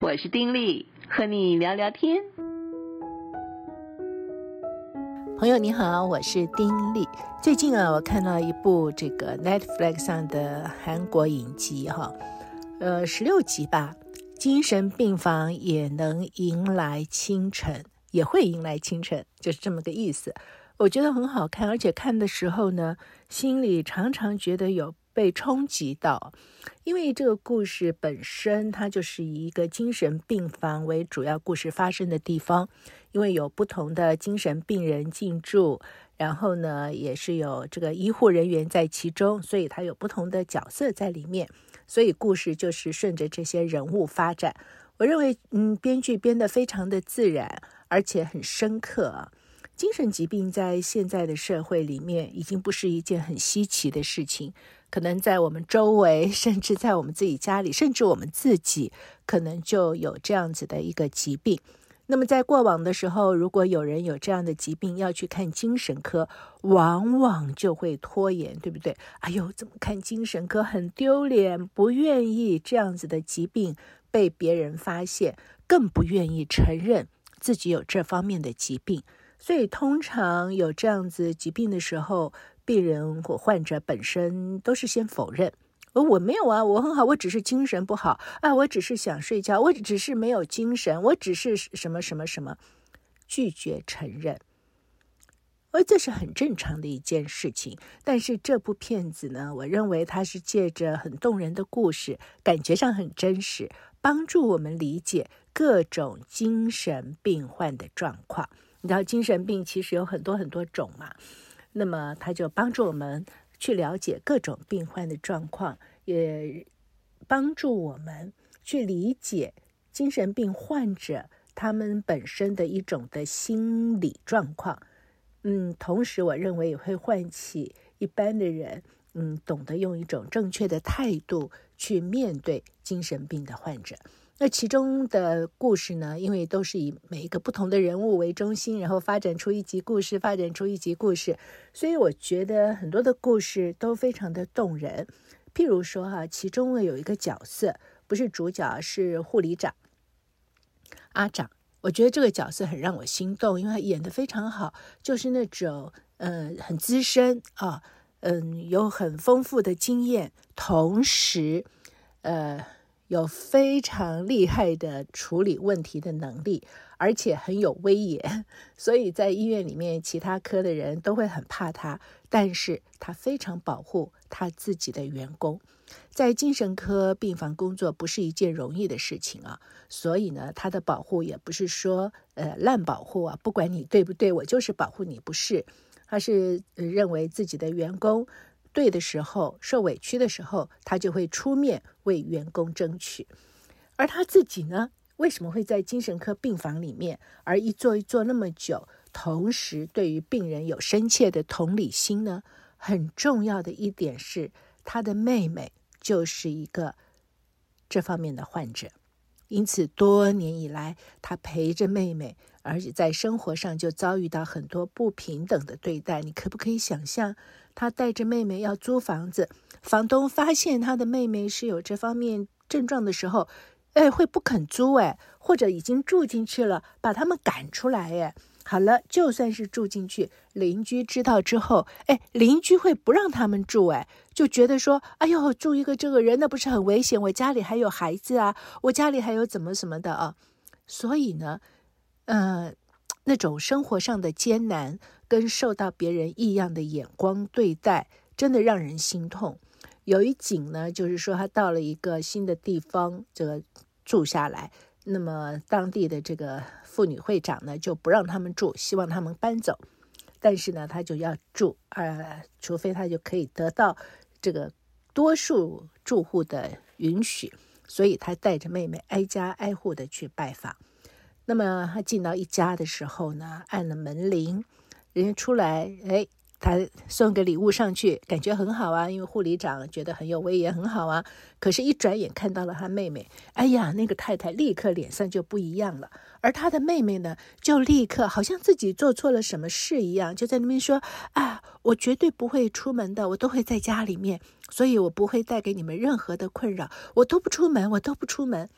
我是丁莉，和你聊聊天。 朋友你好，我是丁莉。最近我看到一部这个 Netflix 上的韩国影集16集吧，精神病房也能迎来清晨，也会迎来清晨，就是这么个意思。我觉得很好看，而且看的时候呢，心里常常觉得有被冲击到，因为这个故事本身它就是以一个精神病房为主要故事发生的地方，因为有不同的精神病人进驻，然后呢也是有这个医护人员在其中，所以它有不同的角色在里面，所以故事就是顺着这些人物发展。我认为编剧编得非常的自然，而且很深刻精神疾病在现在的社会里面已经不是一件很稀奇的事情，可能在我们周围，甚至在我们自己家里，甚至我们自己可能就有这样子的一个疾病。那么在过往的时候，如果有人有这样的疾病要去看精神科，往往就会拖延，对不对？哎呦，怎么看精神科很丢脸，不愿意这样子的疾病被别人发现，更不愿意承认自己有这方面的疾病。所以通常有这样子疾病的时候，病人或患者本身都是先否认，我没有啊，我很好，我只是精神不好啊，我只是想睡觉，我只是没有精神，我只是什么什么什么，拒绝承认。这是很正常的一件事情。但是这部片子呢，我认为它是借着很动人的故事，感觉上很真实，帮助我们理解各种精神病患的状况。你知道精神病其实有很多很多种嘛，那么它就帮助我们去了解各种病患的状况，也帮助我们去理解精神病患者他们本身的一种的心理状况。同时我认为也会唤起一般的人懂得用一种正确的态度去面对精神病的患者。那其中的故事呢，因为都是以每一个不同的人物为中心，然后发展出一集故事，所以我觉得很多的故事都非常的动人。譬如说其中有一个角色不是主角，是护理长阿长，我觉得这个角色很让我心动，因为他演得非常好，就是那种很资深有很丰富的经验，同时有非常厉害的处理问题的能力，而且很有威严，所以在医院里面其他科的人都会很怕他，但是他非常保护他自己的员工。在精神科病房工作不是一件容易的事情所以呢他的保护也不是说烂保护不管你对不对，我就是保护你，不是，他是认为自己的员工对的时候，受委屈的时候，他就会出面为员工争取。而他自己呢，为什么会在精神科病房里面，而一做那么久，同时对于病人有深切的同理心呢？很重要的一点是，他的妹妹就是一个这方面的患者，因此多年以来，他陪着妹妹，而且在生活上就遭遇到很多不平等的对待。你可不可以想象，他带着妹妹要租房子，房东发现他的妹妹是有这方面症状的时候，会不肯租或者已经住进去了，把他们赶出来好了，就算是住进去，邻居知道之后，邻居会不让他们住就觉得说，哎呦，住一个这个人那不是很危险，我家里还有孩子我家里还有怎么什么的所以呢那种生活上的艰难跟受到别人异样的眼光对待，真的让人心痛。有一景呢，就是说他到了一个新的地方这个住下来，那么当地的这个妇女会长呢就不让他们住，希望他们搬走，但是呢他就要住除非他就可以得到这个多数住户的允许，所以他带着妹妹挨家挨户的去拜访。那么他进到一家的时候呢，按了门铃，人家出来他送个礼物上去，感觉很好因为护理长觉得很有威严，很好可是一转眼看到了他妹妹，哎呀，那个太太立刻脸上就不一样了，而他的妹妹呢就立刻好像自己做错了什么事一样，就在那边说我绝对不会出门的，我都会在家里面，所以我不会带给你们任何的困扰，我都不出门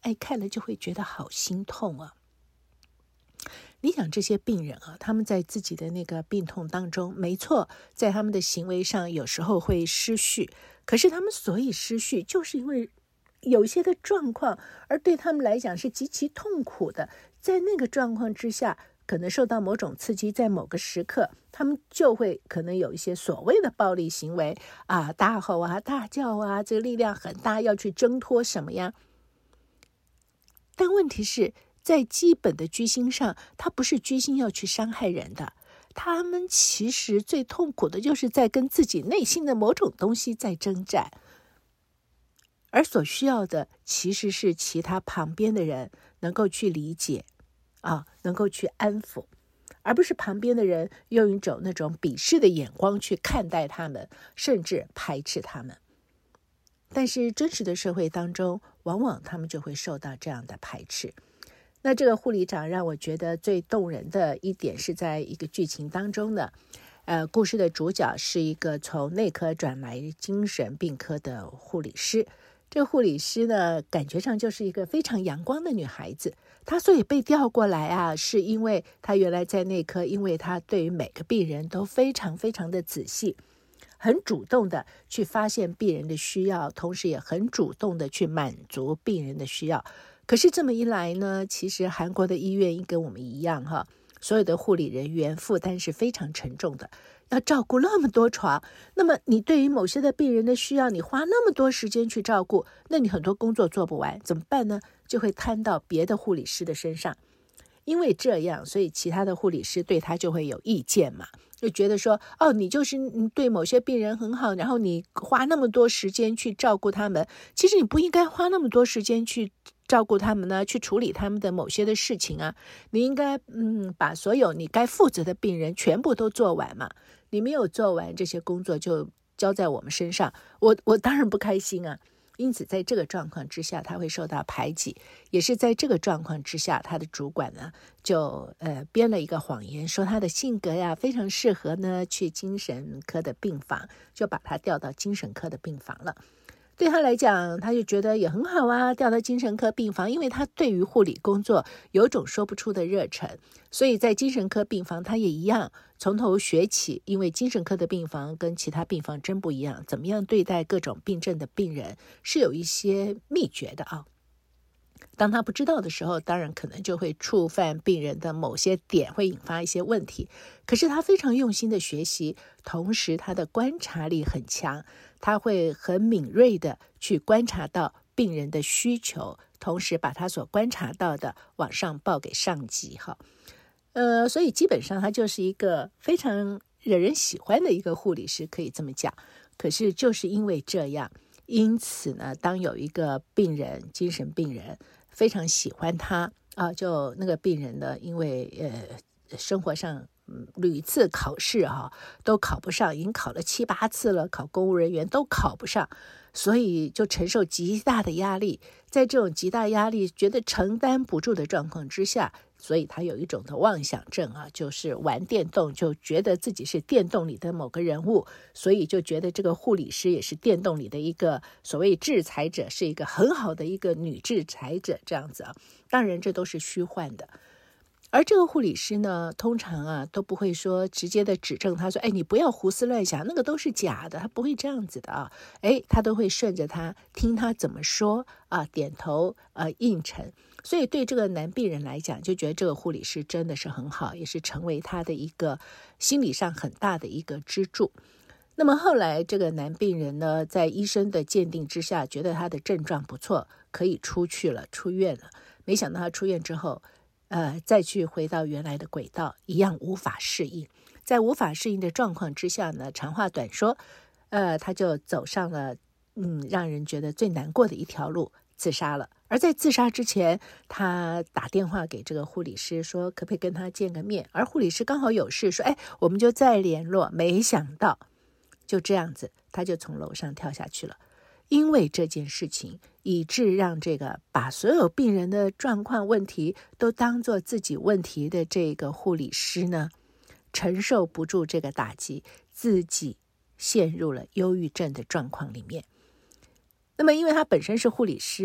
看了就会觉得好心痛啊。你想这些病人啊，他们在自己的那个病痛当中，没错，在他们的行为上有时候会失序，可是他们所以失序，就是因为有一些的状况，而对他们来讲是极其痛苦的。在那个状况之下，可能受到某种刺激，在某个时刻，他们就会可能有一些所谓的暴力行为啊，大吼啊，大叫啊，这个力量很大，要去挣脱什么呀？但问题是，在基本的居心上，他不是居心要去伤害人的，他们其实最痛苦的就是在跟自己内心的某种东西在征战，而所需要的其实是其他旁边的人能够去理解啊，能够去安抚，而不是旁边的人用一种那种鄙视的眼光去看待他们，甚至排斥他们。但是真实的社会当中，往往他们就会受到这样的排斥。那这个护理长让我觉得最动人的一点是在一个剧情当中的，故事的主角是一个从内科转来精神病科的护理师。这个护理师呢，感觉上就是一个非常阳光的女孩子。她所以被调过来啊，是因为她原来在内科，因为她对于每个病人都非常非常的仔细，很主动的去发现病人的需要，同时也很主动的去满足病人的需要。可是这么一来呢，其实韩国的医院跟我们一样哈，所有的护理人员负担是非常沉重的，要照顾那么多床，那么你对于某些的病人的需要，你花那么多时间去照顾，那你很多工作做不完，怎么办呢？就会摊到别的护理师的身上。因为这样，所以其他的护理师对他就会有意见嘛，就觉得说，你就是对某些病人很好，然后你花那么多时间去照顾他们，其实你不应该花那么多时间去照顾他们呢，去处理他们的某些的事情啊，你应该把所有你该负责的病人全部都做完嘛，你没有做完，这些工作就交在我们身上，我当然不开心啊。因此在这个状况之下，他会受到排挤，也是在这个状况之下，他的主管呢就编了一个谎言，说他的性格呀非常适合呢去精神科的病房，就把他调到精神科的病房了。对他来讲，他就觉得也很好啊，调到精神科病房，因为他对于护理工作有种说不出的热忱，所以在精神科病房他也一样从头学起，因为精神科的病房跟其他病房真不一样，怎么样对待各种病症的病人是有一些秘诀的啊。当他不知道的时候，当然可能就会触犯病人的某些点，会引发一些问题。可是他非常用心的学习，同时他的观察力很强，他会很敏锐的去观察到病人的需求，同时把他所观察到的往上报给上级哈。所以基本上他就是一个非常惹人喜欢的一个护理师，可以这么讲。可是就是因为这样，因此呢，当有一个病人，精神病人非常喜欢他啊，就那个病人呢，因为生活上屡次考试都考不上，已经考了7、8次了，考公务人员都考不上，所以就承受极大的压力。在这种极大压力觉得承担不住的状况之下，所以他有一种的妄想症啊，就是玩电动，就觉得自己是电动里的某个人物，所以就觉得这个护理师也是电动里的一个所谓制裁者，是一个很好的一个女制裁者这样子啊。当然这都是虚幻的。而这个护理师呢，通常都不会说直接的指正他说，你不要胡思乱想，那个都是假的，他不会这样子的啊。他都会顺着他，听他怎么说啊，点头应承。所以对这个男病人来讲，就觉得这个护理师真的是很好，也是成为他的一个心理上很大的一个支柱。那么后来这个男病人呢，在医生的鉴定之下，觉得他的症状不错，可以出院了。没想到他出院之后再去回到原来的轨道，一样无法适应。在无法适应的状况之下呢，长话短说，他就走上了让人觉得最难过的一条路，自杀了。而在自杀之前，他打电话给这个护理师说可不可以跟他见个面，而护理师刚好有事说我们就再联络。没想到就这样子，他就从楼上跳下去了。因为这件事情，以致让这个把所有病人的状况问题都当作自己问题的这个护理师呢，承受不住这个打击，自己陷入了忧郁症的状况里面。那么因为他本身是护理师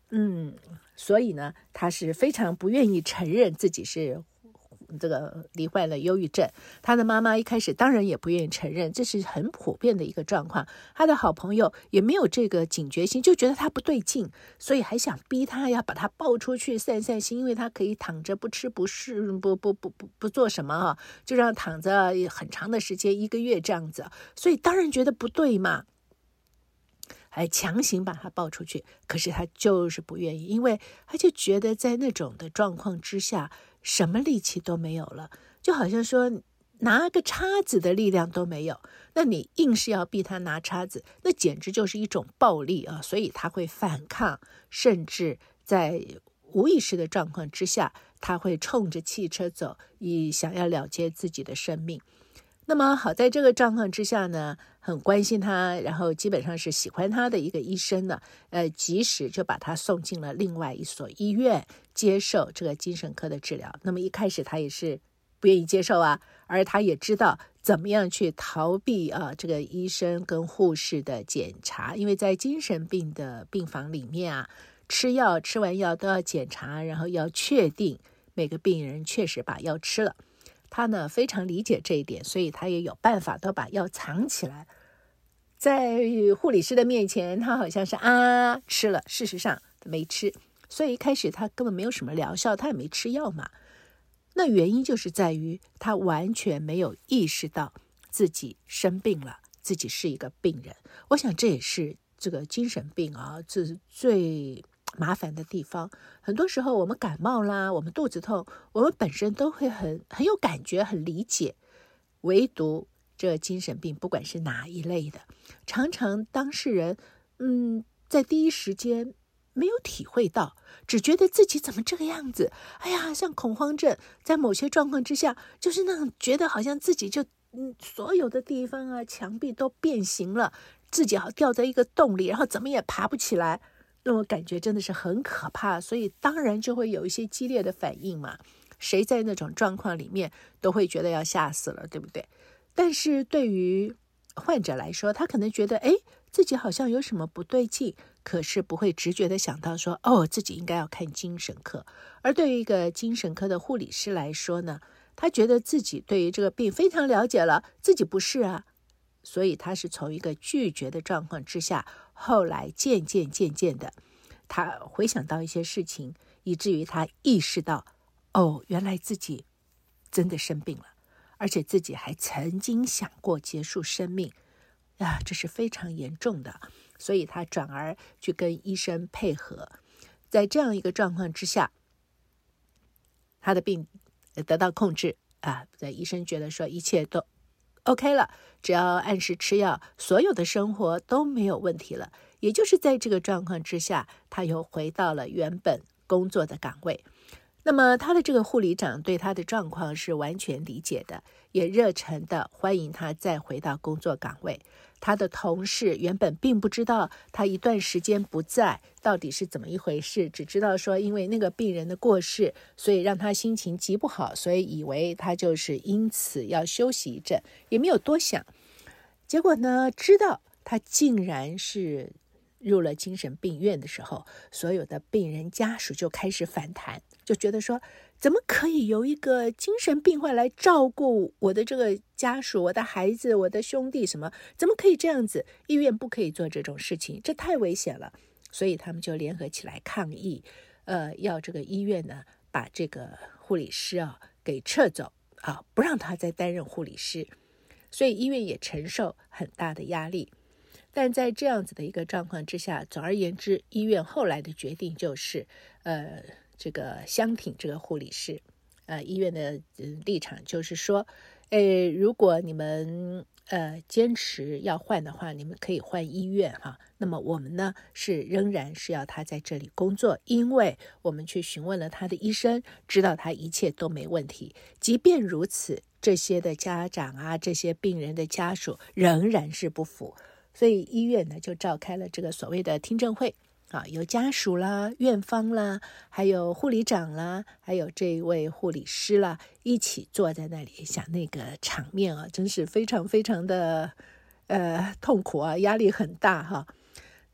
所以呢，他是非常不愿意承认自己是这个罹患了忧郁症。他的妈妈一开始当然也不愿意承认，这是很普遍的一个状况。他的好朋友也没有这个警觉性，就觉得他不对劲，所以还想逼他要把他抱出去散散心，因为他可以躺着不吃不睡不做什么就让他躺着很长的时间，1个月这样子，所以当然觉得不对嘛，还强行把他抱出去。可是他就是不愿意，因为他就觉得在那种的状况之下，什么力气都没有了，就好像说拿个叉子的力量都没有，那你硬是要逼他拿叉子，那简直就是一种暴力所以他会反抗，甚至在无意识的状况之下，他会冲着汽车走，以想要了结自己的生命。那么好在这个状况之下呢，很关心他，然后基本上是喜欢他的一个医生呢，及时就把他送进了另外一所医院接受这个精神科的治疗。那么一开始他也是不愿意接受而他也知道怎么样去逃避这个医生跟护士的检查，因为在精神病的病房里面吃完药都要检查，然后要确定每个病人确实把药吃了。他呢非常理解这一点，所以他也有办法都把药藏起来，在护理师的面前他好像是吃了，事实上他没吃，所以一开始他根本没有什么疗效，他也没吃药嘛。那原因就是在于他完全没有意识到自己生病了，自己是一个病人。我想这也是这个精神病这是最麻烦的地方。很多时候我们感冒啦，我们肚子痛，我们本身都会很有感觉，很理解，唯独这精神病不管是哪一类的，常常当事人在第一时间没有体会到，只觉得自己怎么这个样子，哎呀，像恐慌症，在某些状况之下就是那种觉得好像自己就所有的地方墙壁都变形了，自己好掉在一个洞里，然后怎么也爬不起来，那种感觉真的是很可怕，所以当然就会有一些激烈的反应嘛。谁在那种状况里面都会觉得要吓死了，对不对？但是对于患者来说，他可能觉得自己好像有什么不对劲，可是不会直觉的想到说自己应该要看精神科。而对于一个精神科的护理师来说呢，他觉得自己对于这个病非常了解了，自己不是所以他是从一个拒绝的状况之下，后来渐渐的他回想到一些事情，以至于他意识到原来自己真的生病了，而且自己还曾经想过结束生命这是非常严重的。所以他转而去跟医生配合，在这样一个状况之下，他的病得到控制在医生觉得说一切都 OK 了，只要按时吃药，所有的生活都没有问题了。也就是在这个状况之下，他又回到了原本工作的岗位。那么他的这个护理长对他的状况是完全理解的，也热忱的欢迎他再回到工作岗位。他的同事原本并不知道他一段时间不在到底是怎么一回事，只知道说因为那个病人的过世，所以让他心情极不好，所以以为他就是因此要休息一阵，也没有多想。结果呢，知道他竟然是入了精神病院的时候，所有的病人家属就开始反弹，就觉得说怎么可以由一个精神病患来照顾我的这个家属，我的孩子，我的兄弟什么，怎么可以这样子？医院不可以做这种事情，这太危险了。所以他们就联合起来抗议，要这个医院呢把这个护理师给撤走不让他再担任护理师。所以医院也承受很大的压力。但在这样子的一个状况之下，总而言之，医院后来的决定就是这个相挺这个护理师。医院的立场就是说如果你们坚持要换的话，你们可以换医院那么我们呢仍然是要他在这里工作，因为我们去询问了他的医生，知道他一切都没问题。即便如此，这些的家长这些病人的家属仍然是不服，所以医院呢就召开了这个所谓的听证会有家属啦、院方啦，还有护理长啦，还有这位护理师啦，一起坐在那里。想那个场面真是非常非常的痛苦压力很大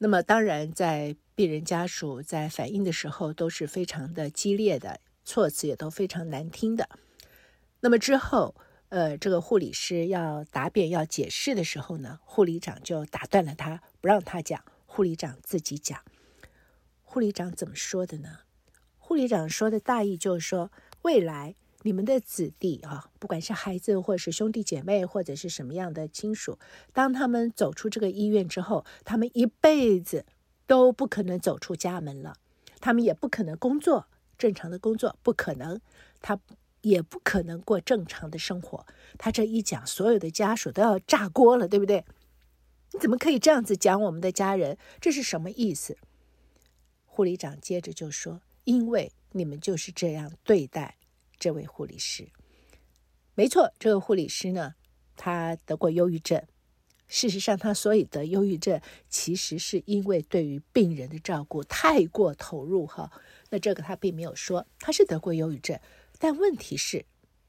那么当然在病人家属在反应的时候都是非常的激烈的，措辞也都非常难听的。那么之后这个护理师要答辩要解释的时候呢，护理长就打断了他，不让他讲，护理长自己讲。护理长怎么说的呢？护理长说的大意就是说，未来你们的子弟不管是孩子或是兄弟姐妹或者是什么样的亲属，当他们走出这个医院之后，他们一辈子都不可能走出家门了，他们也不可能工作，正常的工作不可能，他也不可能过正常的生活。他这一讲，所有的家属都要炸锅了，对不对？你怎么可以这样子讲我们的家人？这是什么意思？护理长接着就说，因为你们就是这样对待这位护理师。没错，这个护理师呢，他得过忧郁症。事实上他所以得忧郁症，其实是因为对于病人的照顾太过投入那这个他并没有说他是得过忧郁症，但问题是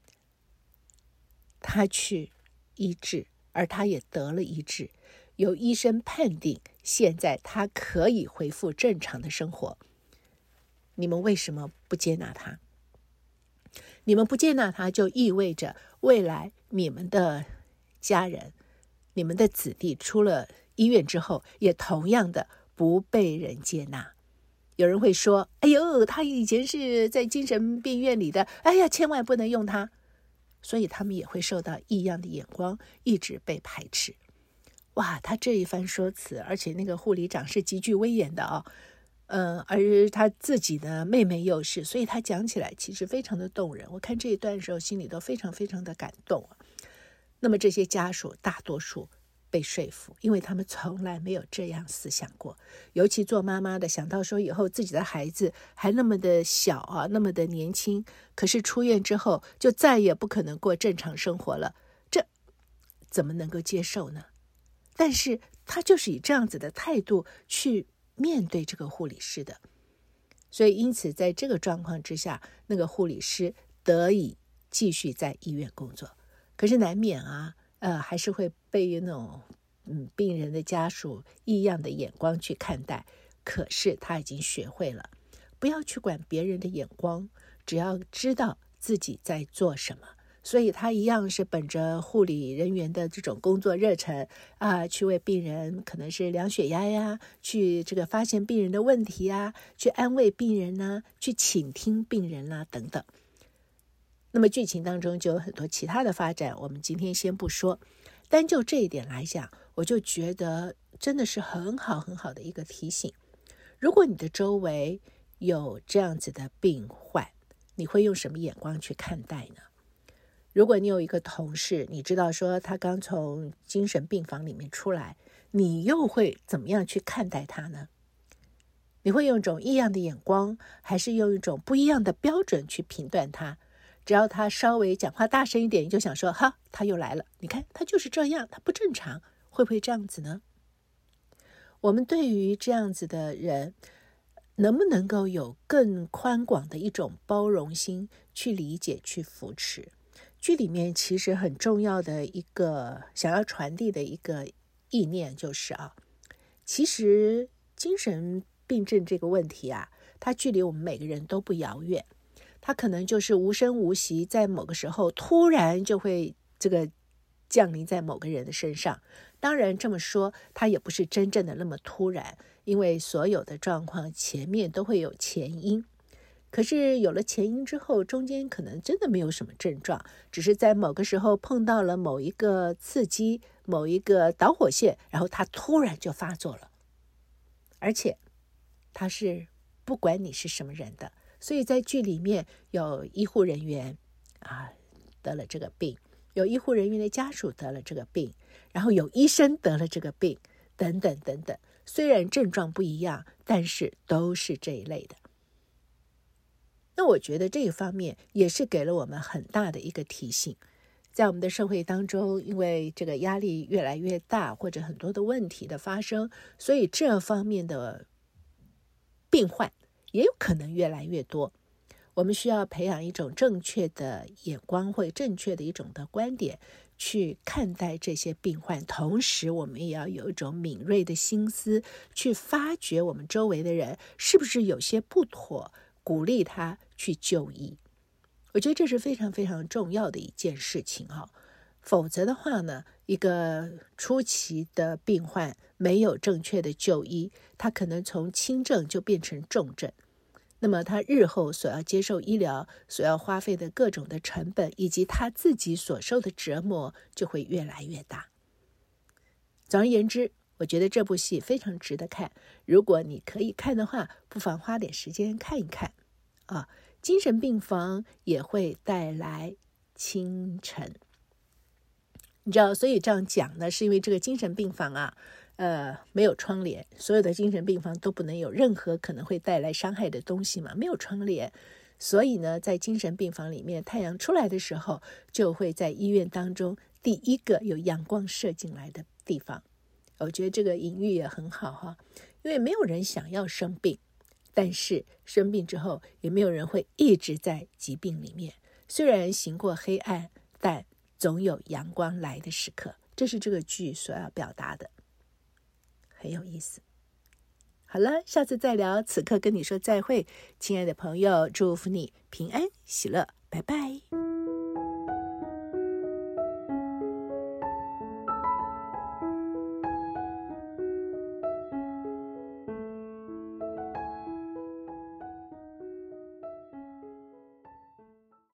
他去医治，而他也得了医治，有医生判定现在他可以恢复正常的生活。你们为什么不接纳他？你们不接纳他，就意味着未来你们的家人，你们的子弟出了医院之后，也同样的不被人接纳。有人会说，哎呦，他以前是在精神病院里的，哎呀，千万不能用他。所以他们也会受到异样的眼光，一直被排斥。哇，他这一番说辞，而且那个护理长是极具威严的而他自己的妹妹又是，所以他讲起来其实非常的动人。我看这一段的时候，心里都非常非常的感动那么这些家属大多数被说服，因为他们从来没有这样思想过。尤其做妈妈的，想到说以后自己的孩子还那么的小那么的年轻，可是出院之后就再也不可能过正常生活了，这怎么能够接受呢？但是他就是以这样子的态度去面对这个护理师的，所以因此在这个状况之下，那个护理师得以继续在医院工作。可是难免还是会被那种病人的家属异样的眼光去看待。可是他已经学会了不要去管别人的眼光，只要知道自己在做什么。所以他一样是本着护理人员的这种工作热忱去为病人可能是量血压呀，去这个发现病人的问题去安慰病人去倾听病人等等。那么剧情当中就有很多其他的发展，我们今天先不说。单就这一点来讲，我就觉得真的是很好很好的一个提醒。如果你的周围有这样子的病患，你会用什么眼光去看待呢？如果你有一个同事，你知道说他刚从精神病房里面出来，你又会怎么样去看待他呢？你会用一种异样的眼光，还是用一种不一样的标准去评断他？只要他稍微讲话大声一点，你就想说他又来了，你看他就是这样，他不正常，会不会这样子呢？我们对于这样子的人，能不能够有更宽广的一种包容心，去理解去扶持？剧里面其实很重要的一个想要传递的一个意念就是其实精神病症这个问题它距离我们每个人都不遥远，它可能就是无声无息，在某个时候突然就会这个降临在某个人的身上。当然这么说，它也不是真正的那么突然，因为所有的状况前面都会有前因。可是有了前因之后，中间可能真的没有什么症状，只是在某个时候碰到了某一个刺激，某一个导火线，然后它突然就发作了。而且它是不管你是什么人的，所以在剧里面有医护人员得了这个病，有医护人员的家属得了这个病，然后有医生得了这个病，等等等等。虽然症状不一样，但是都是这一类的。那我觉得这一方面也是给了我们很大的一个提醒。在我们的社会当中，因为这个压力越来越大，或者很多的问题的发生，所以这方面的病患也有可能越来越多。我们需要培养一种正确的眼光，或正确的一种的观点， 去看待这些病患，同时我们也要有一种敏锐的心思去发掘我们周围的人是不是有些不妥，鼓励他去就医。我觉得这是非常非常重要的一件事情哈。否则的话呢，一个初期的病患没有正确的就医，他可能从轻症就变成重症，那么他日后所要接受医疗所要花费的各种的成本，以及他自己所受的折磨就会越来越大。总而言之，我觉得这部戏非常值得看，如果你可以看的话，不妨花点时间看一看啊。精神病房也会带来清晨，你知道，所以这样讲呢，是因为这个精神病房啊，没有窗帘，所有的精神病房都不能有任何可能会带来伤害的东西嘛，没有窗帘，所以呢，在精神病房里面，太阳出来的时候，就会在医院当中第一个有阳光射进来的地方。我觉得这个隐喻也很好哈，因为没有人想要生病，但是生病之后，也没有人会一直在疾病里面。虽然行过黑暗，但总有阳光来的时刻。这是这个剧所要表达的，很有意思。好了，下次再聊。此刻跟你说再会，亲爱的朋友，祝福你平安喜乐，拜拜。